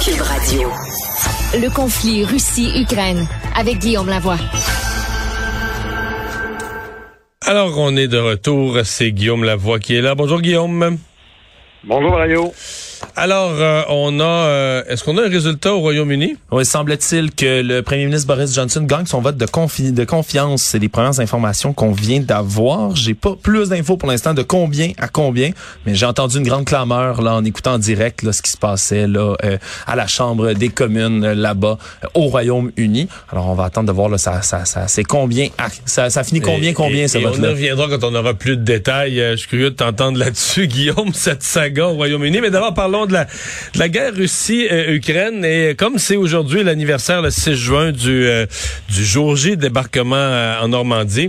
Cube Radio. Le conflit Russie-Ukraine avec Guillaume Lavoie. Alors, on est de retour. C'est Guillaume Lavoie qui est là. Bonjour, Guillaume. Bonjour, Mario. Alors, est-ce qu'on a un résultat au Royaume-Uni? Oui, semble-t-il que le premier ministre Boris Johnson gagne son vote de confiance. C'est les premières informations qu'on vient d'avoir. J'ai pas plus d'infos pour l'instant de combien à combien, mais j'ai entendu une grande clameur là en écoutant en direct là, ce qui se passait là à la Chambre des communes là-bas au Royaume-Uni. Alors, on va attendre de voir là, ça c'est combien, ça finit combien ce vote-là. On y reviendra quand on aura plus de détails. Je suis curieux de t'entendre là-dessus, Guillaume, cette saga au Royaume-Uni. Mais d'abord, parlons de la guerre Russie-Ukraine. Et comme c'est aujourd'hui l'anniversaire, le 6 juin, du jour J débarquement en Normandie,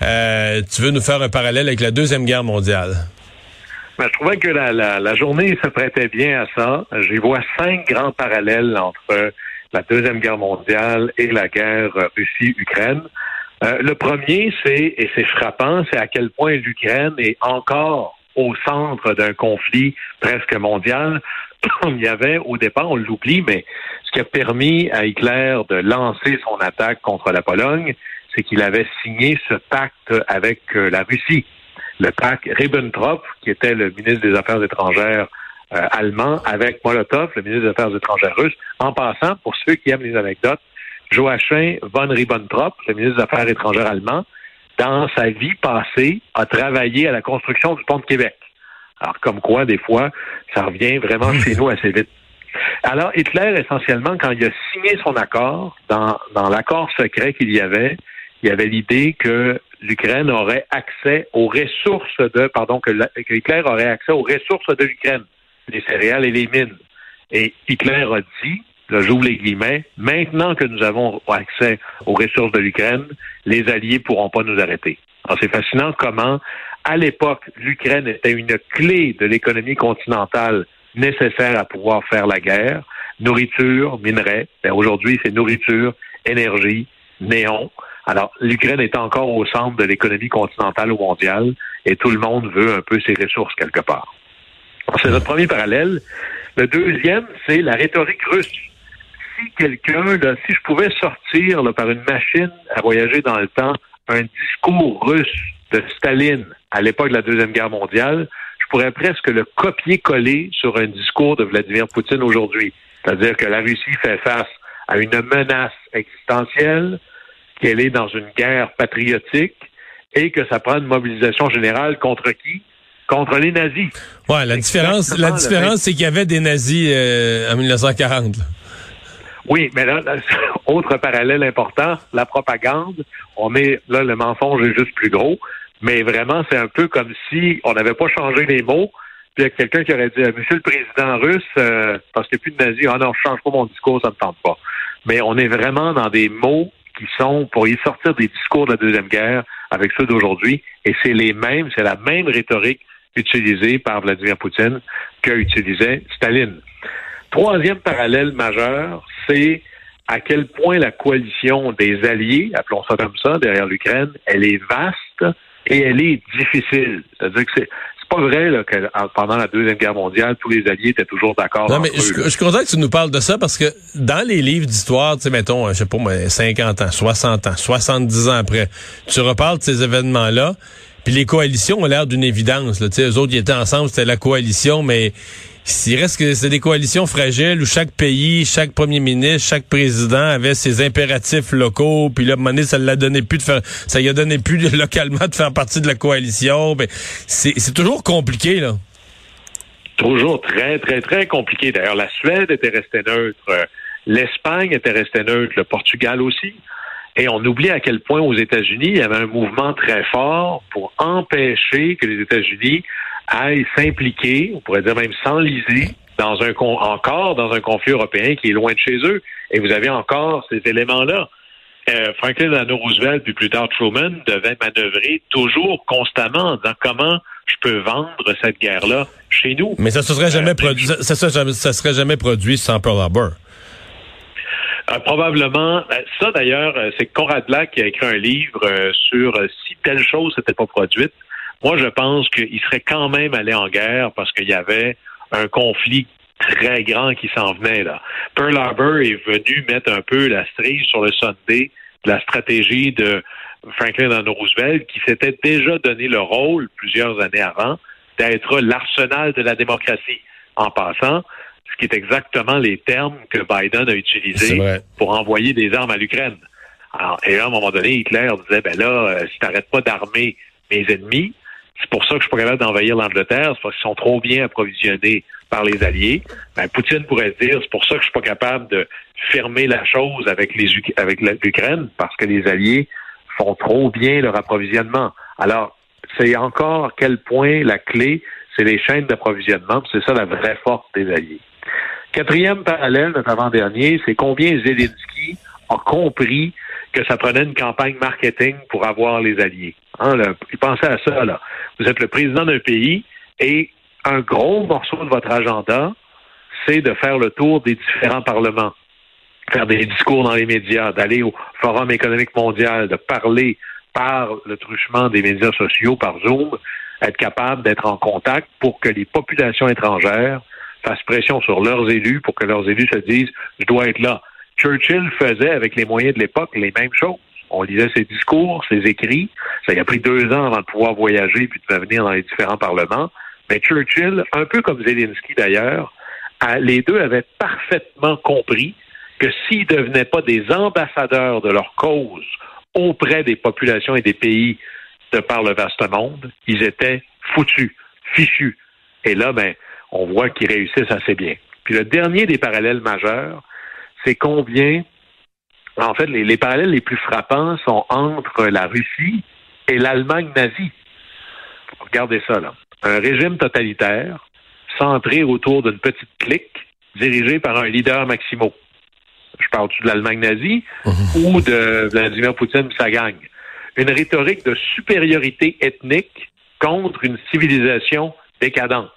tu veux nous faire un parallèle avec la Deuxième Guerre mondiale? Ben, je trouvais que la journée se prêtait bien à ça. J'y vois 5 grands parallèles entre la Deuxième Guerre mondiale et la guerre Russie-Ukraine. Le premier, et c'est frappant, c'est à quel point l'Ukraine est encore au centre d'un conflit presque mondial. Il y avait, au départ, on l'oublie, mais ce qui a permis à Hitler de lancer son attaque contre la Pologne, c'est qu'il avait signé ce pacte avec la Russie. Le pacte Ribbentrop, qui était le ministre des Affaires étrangères allemand, avec Molotov, le ministre des Affaires étrangères russe. En passant, pour ceux qui aiment les anecdotes, Joachim von Ribbentrop, le ministre des Affaires étrangères allemand, dans sa vie passée, a travaillé à la construction du pont de Québec. Alors, comme quoi, des fois, ça revient vraiment chez nous assez vite. Alors, Hitler, essentiellement, quand il a signé son accord, dans l'accord secret qu'il y avait l'idée que l'Ukraine aurait accès aux ressources que Hitler aurait accès aux ressources de l'Ukraine, les céréales et les mines. Et Hitler a dit, là, j'ouvre les guillemets, maintenant que nous avons accès aux ressources de l'Ukraine, les Alliés pourront pas nous arrêter. Alors, c'est fascinant comment, à l'époque, l'Ukraine était une clé de l'économie continentale nécessaire à pouvoir faire la guerre. Nourriture, minerais. Ben, aujourd'hui, c'est nourriture, énergie, néon. Alors, l'Ukraine est encore au centre de l'économie continentale ou mondiale et tout le monde veut un peu ses ressources quelque part. Alors, c'est notre premier parallèle. Le deuxième, c'est la rhétorique russe. Si je pouvais sortir là, par une machine à voyager dans le temps un discours russe de Staline à l'époque de la Deuxième Guerre mondiale, je pourrais presque le copier-coller sur un discours de Vladimir Poutine aujourd'hui. C'est-à-dire que la Russie fait face à une menace existentielle, qu'elle est dans une guerre patriotique et que ça prend une mobilisation générale contre qui? Contre les nazis. Ouais, la différence, c'est qu'il y avait des nazis en 1940. Là. Oui, mais là, autre parallèle important, la propagande. Le mensonge est juste plus gros, mais vraiment, c'est un peu comme si on n'avait pas changé les mots, puis il y a quelqu'un qui aurait dit, Monsieur le Président russe, parce qu'il n'y a plus de nazis, non, je change pas mon discours, ça me tente pas. Mais on est vraiment dans des mots qui sont pour y sortir des discours de la Deuxième Guerre avec ceux d'aujourd'hui, et c'est la même rhétorique utilisée par Vladimir Poutine que utilisait Staline. Troisième parallèle majeur, c'est à quel point la coalition des Alliés, appelons ça comme ça, derrière l'Ukraine, elle est vaste et elle est difficile. C'est-à-dire que c'est pas vrai là, que pendant la Deuxième Guerre mondiale, tous les Alliés étaient toujours d'accord. Non, mais je suis content que tu nous parles de ça parce que dans les livres d'histoire, tu sais, mettons, je sais pas, 50 ans, 60 ans, 70 ans après, tu reparles de ces événements-là, puis les coalitions ont l'air d'une évidence. Là, tu sais, eux autres, ils étaient ensemble, c'était la coalition, mais il reste que c'est des coalitions fragiles où chaque pays, chaque premier ministre, chaque président avait ses impératifs locaux, puis là, à un moment donné, ça lui a donné plus localement de faire partie de la coalition. Ben, c'est toujours compliqué, là. Toujours très, très, très compliqué. D'ailleurs, la Suède était restée neutre, l'Espagne était restée neutre, le Portugal aussi. Et on oublie à quel point aux États-Unis, il y avait un mouvement très fort pour empêcher que les États-Unis aillent s'impliquer, on pourrait dire même s'enliser, dans un conflit européen qui est loin de chez eux. Et vous avez encore ces éléments-là. Franklin Delano Roosevelt, puis plus tard Truman, devaient manœuvrer toujours constamment en disant comment je peux vendre cette guerre-là chez nous. Mais ça se serait jamais produit. Ça serait jamais produit sans Pearl Harbor. Probablement. Ça, d'ailleurs, c'est Conrad Black qui a écrit un livre sur si telle chose n'était pas produite. Moi, je pense qu'il serait quand même allé en guerre parce qu'il y avait un conflit très grand qui s'en venait, là. Pearl Harbor est venu mettre un peu la cerise sur le sundae de la stratégie de Franklin Delano Roosevelt, qui s'était déjà donné le rôle, plusieurs années avant, d'être l'arsenal de la démocratie. En passant, ce qui est exactement les termes que Biden a utilisés pour envoyer des armes à l'Ukraine. Alors, et à un moment donné, Hitler disait, si t'arrêtes pas d'armer mes ennemis, c'est pour ça que je suis pas capable d'envahir l'Angleterre, c'est parce qu'ils sont trop bien approvisionnés par les Alliés. Poutine pourrait dire, c'est pour ça que je suis pas capable de fermer la chose avec l'Ukraine, parce que les Alliés font trop bien leur approvisionnement. Alors, c'est encore à quel point la clé, c'est les chaînes d'approvisionnement, c'est ça la vraie force des Alliés. Quatrième parallèle, notre avant-dernier, c'est combien Zelensky a compris que ça prenait une campagne marketing pour avoir les Alliés. Il pensait à ça, là. Vous êtes le président d'un pays et un gros morceau de votre agenda, c'est de faire le tour des différents parlements, faire des discours dans les médias, d'aller au Forum économique mondial, de parler par le truchement des médias sociaux, par Zoom, être capable d'être en contact pour que les populations étrangères fassent pression sur leurs élus pour que leurs élus se disent « je dois être là ». Churchill faisait, avec les moyens de l'époque, les mêmes choses. On lisait ses discours, ses écrits. Ça y a pris 2 ans avant de pouvoir voyager puis de venir dans les différents parlements. Mais Churchill, un peu comme Zelensky d'ailleurs, les deux avaient parfaitement compris que s'ils ne devenaient pas des ambassadeurs de leur cause auprès des populations et des pays de par le vaste monde, ils étaient foutus, fichus. Et là, on voit qu'ils réussissent assez bien. Puis le dernier des parallèles majeurs, c'est combien, en fait, les parallèles les plus frappants sont entre la Russie et l'Allemagne nazie. Regardez ça, là. Un régime totalitaire centré autour d'une petite clique dirigée par un leader maximo. Je parle-tu de l'Allemagne nazie ou de Vladimir Poutine et sa gang? Une rhétorique de supériorité ethnique contre une civilisation décadente.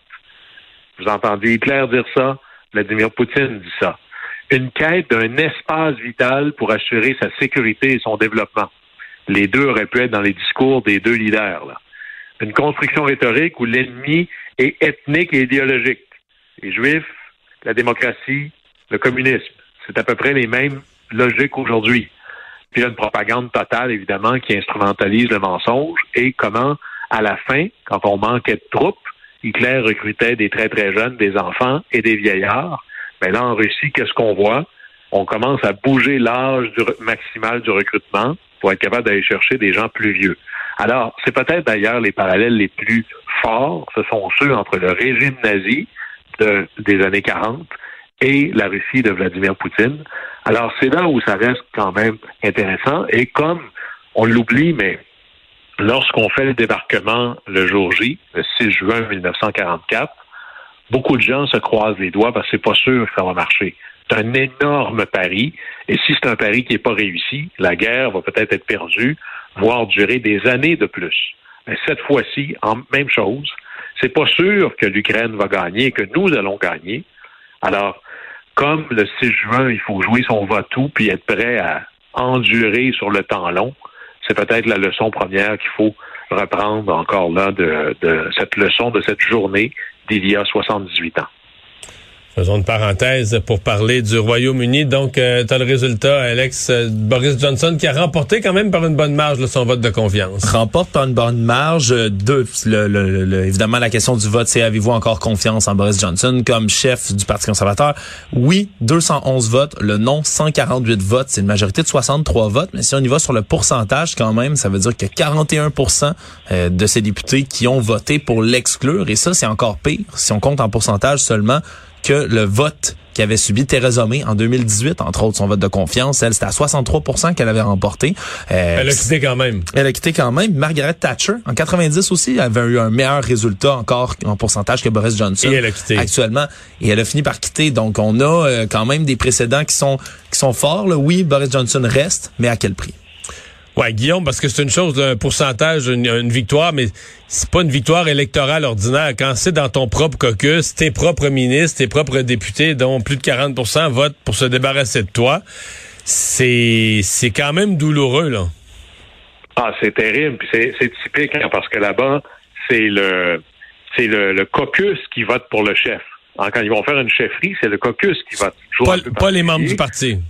Vous entendez Hitler dire ça, Vladimir Poutine dit ça. Une quête d'un espace vital pour assurer sa sécurité et son développement. Les deux auraient pu être dans les discours des deux leaders, là. Une construction rhétorique où l'ennemi est ethnique et idéologique. Les Juifs, la démocratie, le communisme. C'est à peu près les mêmes logiques aujourd'hui. Puis il y a une propagande totale, évidemment, qui instrumentalise le mensonge et comment, à la fin, quand on manquait de troupes, Hitler recrutait des très très jeunes, des enfants et des vieillards. Mais là, en Russie, qu'est-ce qu'on voit? On commence à bouger l'âge maximal du recrutement pour être capable d'aller chercher des gens plus vieux. Alors, c'est peut-être d'ailleurs les parallèles les plus forts, ce sont ceux entre le régime nazi des années 40 et la Russie de Vladimir Poutine. Alors, c'est là où ça reste quand même intéressant. Et comme on l'oublie, mais lorsqu'on fait le débarquement le jour J, le 6 juin 1944, beaucoup de gens se croisent les doigts parce que c'est pas sûr que ça va marcher. C'est un énorme pari. Et si c'est un pari qui n'est pas réussi, la guerre va peut-être être perdue, voire durer des années de plus. Mais cette fois-ci, même chose, c'est pas sûr que l'Ukraine va gagner et que nous allons gagner. Alors, comme le 6 juin, il faut jouer son va-tout puis être prêt à endurer sur le temps long, c'est peut-être la leçon première qu'il faut reprendre encore là de cette leçon, de cette journée d'il y a 78 ans. Faisons une parenthèse pour parler du Royaume-Uni. Donc, tu as le résultat, Alex, Boris Johnson, qui a remporté quand même par une bonne marge son vote de confiance. Remporte par une bonne marge. Évidemment, la question du vote, c'est avez-vous encore confiance en Boris Johnson comme chef du Parti conservateur? Oui, 211 votes. Le non, 148 votes. C'est une majorité de 63 votes. Mais si on y va sur le pourcentage, quand même, ça veut dire que 41% de ces députés qui ont voté pour l'exclure. Et ça, c'est encore pire si on compte en pourcentage seulement que le vote qu'avait subi Theresa May en 2018, entre autres son vote de confiance. Elle, c'était à 63% qu'elle avait remporté. Elle a quitté quand même. Elle a quitté quand même. Margaret Thatcher, en 90 aussi, avait eu un meilleur résultat encore en pourcentage que Boris Johnson. Et elle a quitté. Actuellement. Et elle a fini par quitter. Donc, on a quand même des précédents qui sont forts, là. Oui, Boris Johnson reste, mais à quel prix? Ouais, Guillaume, parce que c'est une chose, un pourcentage, une victoire, mais c'est pas une victoire électorale ordinaire. Quand c'est dans ton propre caucus, tes propres ministres, tes propres députés, dont plus de 40% votent pour se débarrasser de toi, c'est quand même douloureux, là. Ah, c'est terrible. Puis c'est typique, hein, parce que là-bas, c'est le caucus qui vote pour le chef. Quand ils vont faire une chefferie, c'est le caucus qui va jouer pas les membres du parti.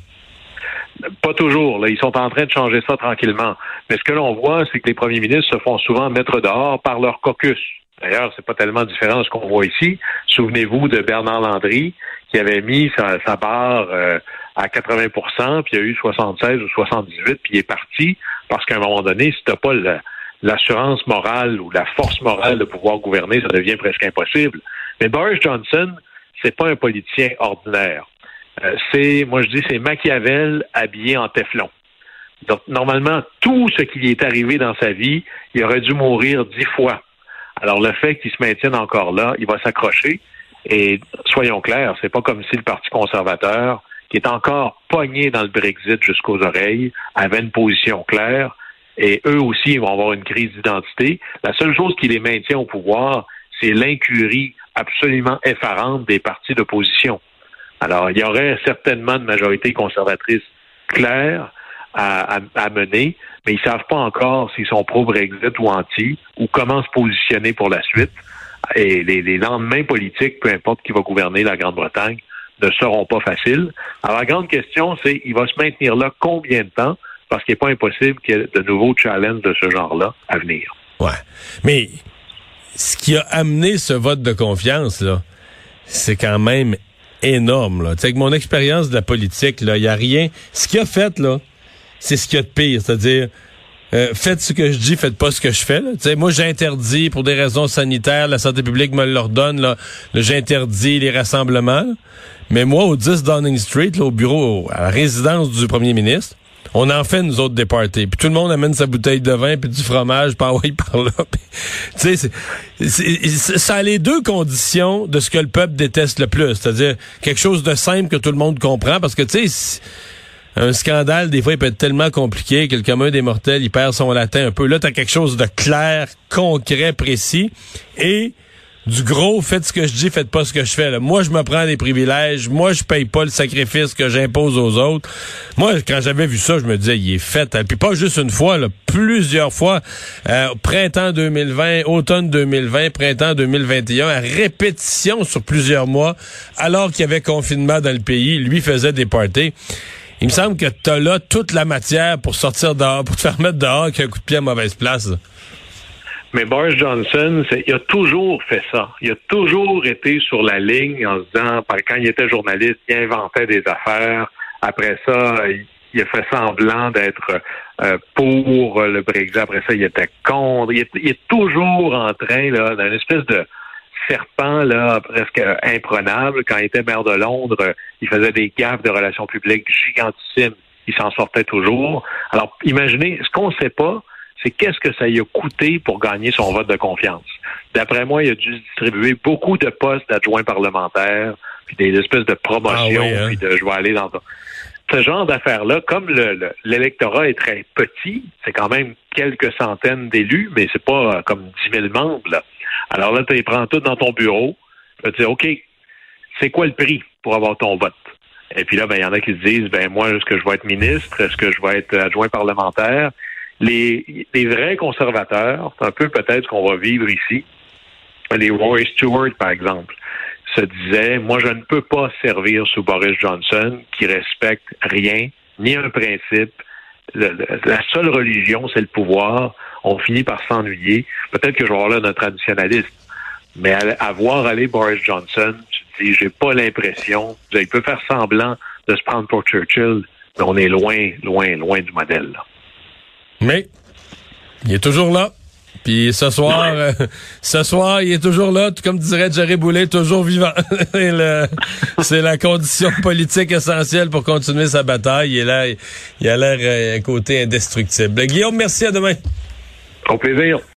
Pas toujours. Là, ils sont en train de changer ça tranquillement. Mais ce que l'on voit, c'est que les premiers ministres se font souvent mettre dehors par leur caucus. D'ailleurs, c'est pas tellement différent de ce qu'on voit ici. Souvenez-vous de Bernard Landry, qui avait mis sa barre à 80%, puis il y a eu 76 ou 78, puis il est parti parce qu'à un moment donné, si t'as pas l'assurance morale ou la force morale de pouvoir gouverner, ça devient presque impossible. Mais Boris Johnson, c'est pas un politicien ordinaire. C'est Machiavel habillé en téflon. Donc, normalement, tout ce qui lui est arrivé dans sa vie, il aurait dû mourir 10 fois. Alors, le fait qu'il se maintienne encore là, il va s'accrocher. Et soyons clairs, c'est pas comme si le Parti conservateur, qui est encore pogné dans le Brexit jusqu'aux oreilles, avait une position claire. Et eux aussi, ils vont avoir une crise d'identité. La seule chose qui les maintient au pouvoir, c'est l'incurie absolument effarante des partis d'opposition. Alors, il y aurait certainement une majorité conservatrice claire à mener, mais ils savent pas encore s'ils sont pro-Brexit ou anti, ou comment se positionner pour la suite. Et les lendemains politiques, peu importe qui va gouverner la Grande-Bretagne, ne seront pas faciles. Alors, la grande question, c'est, il va se maintenir là combien de temps? Parce qu'il n'est pas impossible qu'il y ait de nouveaux challenges de ce genre-là à venir. Ouais. Mais ce qui a amené ce vote de confiance, là, c'est quand même énorme, là. Tu sais, avec mon expérience de la politique, là, il n'y a rien. Ce qu'il a fait, là, c'est ce qu'il y a de pire. C'est-à-dire, faites ce que je dis, faites pas ce que je fais, là. Tu sais, moi, j'interdis, pour des raisons sanitaires, la santé publique me l'ordonne, là, j'interdis les rassemblements. Mais moi, au 10 Downing Street, là, au bureau, à la résidence du premier ministre, on en fait, nous autres, des parties. Puis tout le monde amène sa bouteille de vin puis du fromage par là, par là. Tu sais, ça a les deux conditions de ce que le peuple déteste le plus. C'est-à-dire quelque chose de simple que tout le monde comprend. Parce que, tu sais, un scandale, des fois, il peut être tellement compliqué que le commun des mortels, il perd son latin un peu. Là, t'as quelque chose de clair, concret, précis. Et du gros, faites ce que je dis, faites pas ce que je fais. Là. Moi, je me prends des privilèges. Moi, je paye pas le sacrifice que j'impose aux autres. Moi, quand j'avais vu ça, je me disais, il est fait. Puis pas juste une fois, là, plusieurs fois. Printemps 2020, automne 2020, printemps 2021, à répétition sur plusieurs mois, alors qu'il y avait confinement dans le pays, lui faisait des parties. Il me semble que t'as là toute la matière pour sortir dehors, pour te faire mettre dehors avec un coup de pied à mauvaise place. Là. Mais Boris Johnson, il a toujours fait ça. Il a toujours été sur la ligne en se disant, quand il était journaliste, il inventait des affaires. Après ça, il a fait semblant d'être pour le Brexit. Après ça, il était contre. Il est toujours en train, là, d'une espèce de serpent, là, presque imprenable. Quand il était maire de Londres, il faisait des gaffes de relations publiques gigantissimes. Il s'en sortait toujours. Alors, imaginez, ce qu'on ne sait pas, c'est qu'est-ce que ça lui a coûté pour gagner son vote de confiance. D'après moi, il a dû distribuer beaucoup de postes d'adjoints parlementaires, puis des espèces de promotions, puis de je vais aller dans ce genre d'affaires-là. Comme l'électorat est très petit, c'est quand même quelques centaines d'élus, mais c'est pas comme 10 000 membres, là. Alors là, tu les prends tout dans ton bureau, tu vas te dire, OK, c'est quoi le prix pour avoir ton vote? Et puis là, il y en a qui se disent, moi, est-ce que je vais être ministre? Est-ce que je vais être adjoint parlementaire? Les vrais conservateurs, c'est un peu peut-être ce qu'on va vivre ici. Les Roy Stewart, par exemple, se disaient, moi, je ne peux pas servir sous Boris Johnson, qui respecte rien, ni un principe. La seule religion, c'est le pouvoir. On finit par s'ennuyer. Peut-être que je vais avoir là notre traditionnaliste. Mais à voir aller Boris Johnson, tu te dis, j'ai pas l'impression. Il peut faire semblant de se prendre pour Churchill, mais on est loin, loin, loin du modèle, là. Mais il est toujours là. Puis ce soir, il est toujours là, comme dirait Jerry Boulet, toujours vivant. C'est la condition politique essentielle pour continuer sa bataille. Il est là, il a l'air un côté indestructible. Guillaume, merci, à demain. Au plaisir.